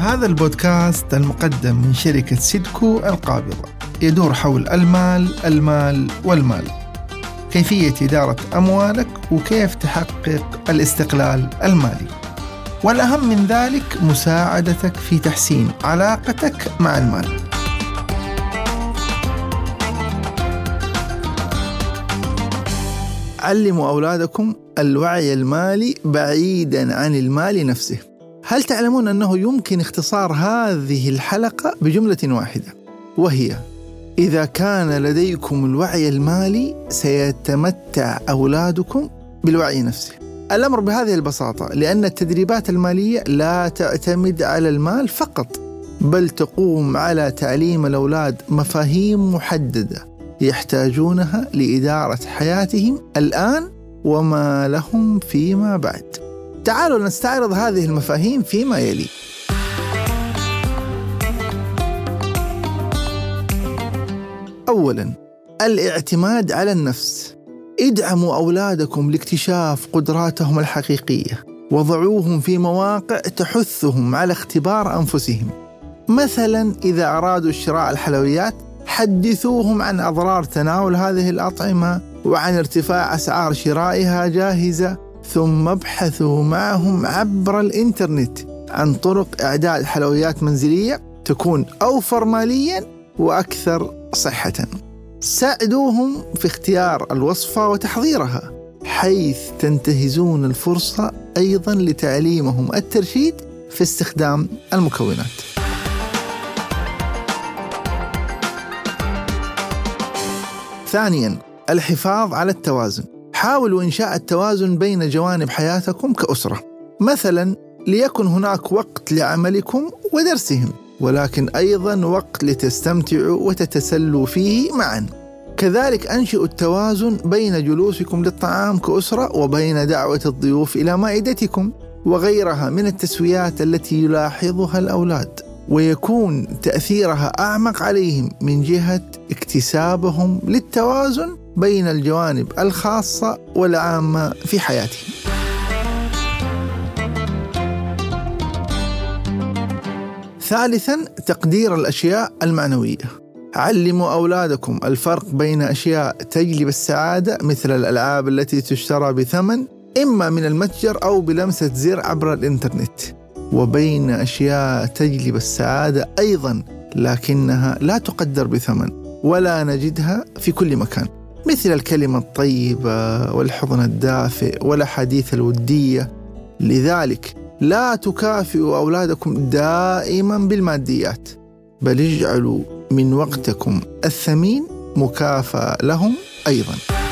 هذا البودكاست المقدم من شركة سيدكو القابضة يدور حول المال والمال، كيفية إدارة أموالك وكيف تحقق الاستقلال المالي، والأهم من ذلك مساعدتك في تحسين علاقتك مع المال. علموا أولادكم الوعي المالي بعيداً عن المال نفسه. هل تعلمون أنه يمكن اختصار هذه الحلقة بجملة واحدة، وهي: إذا كان لديكم الوعي المالي سيتمتع أولادكم بالوعي نفسه. الأمر بهذه البساطة، لأن التدريبات المالية لا تعتمد على المال فقط، بل تقوم على تعليم الأولاد مفاهيم محددة يحتاجونها لإدارة حياتهم الآن وما لهم فيما بعد. تعالوا نستعرض هذه المفاهيم فيما يلي. أولاً، الاعتماد على النفس. ادعموا أولادكم لاكتشاف قدراتهم الحقيقية، وضعوهم في مواقع تحثهم على اختبار أنفسهم. مثلاً، إذا أرادوا شراء الحلويات، حدثوهم عن أضرار تناول هذه الأطعمة وعن ارتفاع أسعار شرائها جاهزة، ثم ابحثوا معهم عبر الإنترنت عن طرق إعداد حلويات منزلية تكون أوفر مالياً وأكثر صحة. ساعدوهم في اختيار الوصفة وتحضيرها، حيث تنتهزون الفرصة أيضاً لتعليمهم الترشيد في استخدام المكونات. ثانياً، الحفاظ على التوازن. حاولوا إنشاء التوازن بين جوانب حياتكم كأسرة. مثلاً، ليكن هناك وقت لعملكم ودرسهم، ولكن أيضاً وقت لتستمتعوا وتتسلوا فيه معاً. كذلك أنشئوا التوازن بين جلوسكم للطعام كأسرة وبين دعوة الضيوف إلى مائدتكم وغيرها من التسويات التي يلاحظها الأولاد، ويكون تأثيرها أعمق عليهم من جهة اكتسابهم للتوازن بين الجوانب الخاصة والعامة في حياتهم. ثالثاً، تقدير الأشياء المعنوية. علموا أولادكم الفرق بين أشياء تجلب السعادة مثل الألعاب التي تشترى بثمن إما من المتجر أو بلمسة زر عبر الإنترنت، وبين أشياء تجلب السعادة أيضاً لكنها لا تقدر بثمن ولا نجدها في كل مكان، مثل الكلمة الطيبة والحضن الدافئ والأحاديث الودية. لذلك لا تكافئوا أولادكم دائما بالماديات، بل اجعلوا من وقتكم الثمين مكافأة لهم أيضا.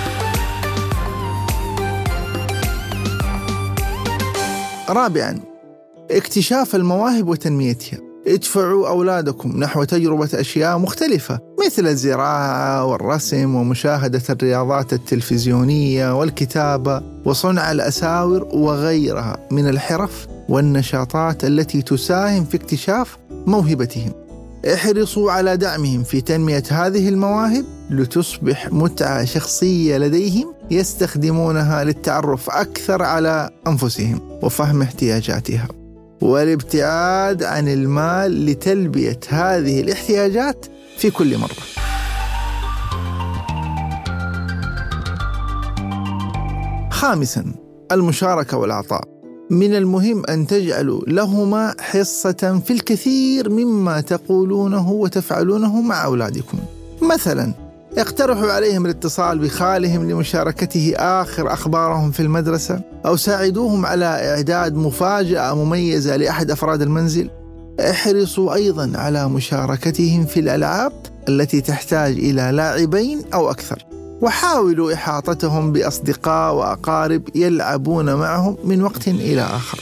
رابعا، اكتشاف المواهب وتنميتها. ادفعوا أولادكم نحو تجربة أشياء مختلفة مثل الزراعة والرسم ومشاهدة الرياضات التلفزيونية والكتابة وصنع الأساور وغيرها من الحرف والنشاطات التي تساهم في اكتشاف موهبتهم. احرصوا على دعمهم في تنمية هذه المواهب لتصبح متعة شخصية لديهم يستخدمونها للتعرف أكثر على أنفسهم وفهم احتياجاتها، والابتعاد عن المال لتلبية هذه الاحتياجات في كل مرة. خامساً، المشاركة والعطاء. من المهم أن تجعلوا لهما حصة في الكثير مما تقولونه وتفعلونه مع أولادكم. مثلاً، اقترحوا عليهم الاتصال بخالهم لمشاركته آخر أخبارهم في المدرسة، أو ساعدوهم على إعداد مفاجأة مميزة لأحد أفراد المنزل. احرصوا أيضاً على مشاركتهم في الألعاب التي تحتاج إلى لاعبين أو أكثر، وحاولوا إحاطتهم بأصدقاء وأقارب يلعبون معهم من وقت إلى آخر.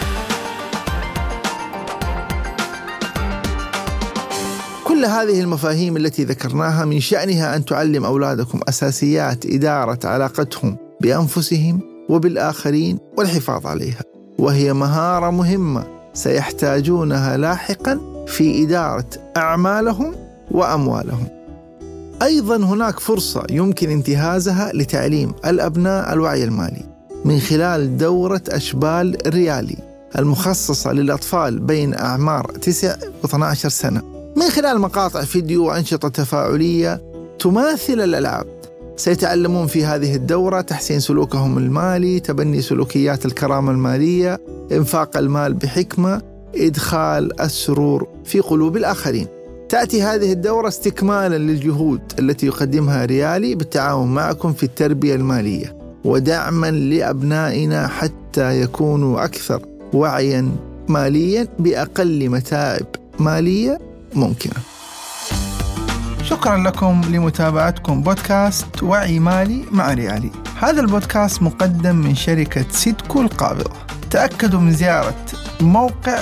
كل هذه المفاهيم التي ذكرناها من شأنها أن تعلم أولادكم أساسيات إدارة علاقتهم بأنفسهم وبالآخرين والحفاظ عليها، وهي مهارة مهمة سيحتاجونها لاحقا في إدارة أعمالهم وأموالهم. أيضا هناك فرصة يمكن انتهازها لتعليم الأبناء الوعي المالي من خلال دورة أشبال ريالي المخصصة للأطفال بين أعمار 9 و12 سنة من خلال مقاطع فيديو وأنشطة تفاعلية تماثل الألعاب. سيتعلمون في هذه الدورة تحسين سلوكهم المالي، تبني سلوكيات الكرامة المالية، إنفاق المال بحكمة، إدخال السرور في قلوب الآخرين. تأتي هذه الدورة استكمالا للجهود التي يقدمها ريالي بالتعاون معكم في التربية المالية ودعما لأبنائنا حتى يكونوا أكثر وعيا ماليا بأقل متاعب مالية ممكنة. شكرا لكم لمتابعتكم بودكاست وعي مالي مع ريالي. هذا البودكاست مقدم من شركة سيدكو القابضة. تأكدوا من زيارة موقع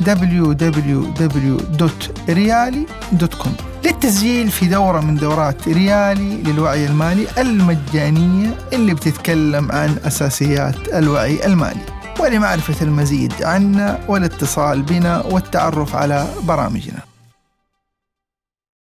www.riali.com للتسجيل في دورة من دورات ريالي للوعي المالي المجانية اللي بتتكلم عن أساسيات الوعي المالي. ولمعرفة المزيد عنا والاتصال بنا والتعرف على برامجنا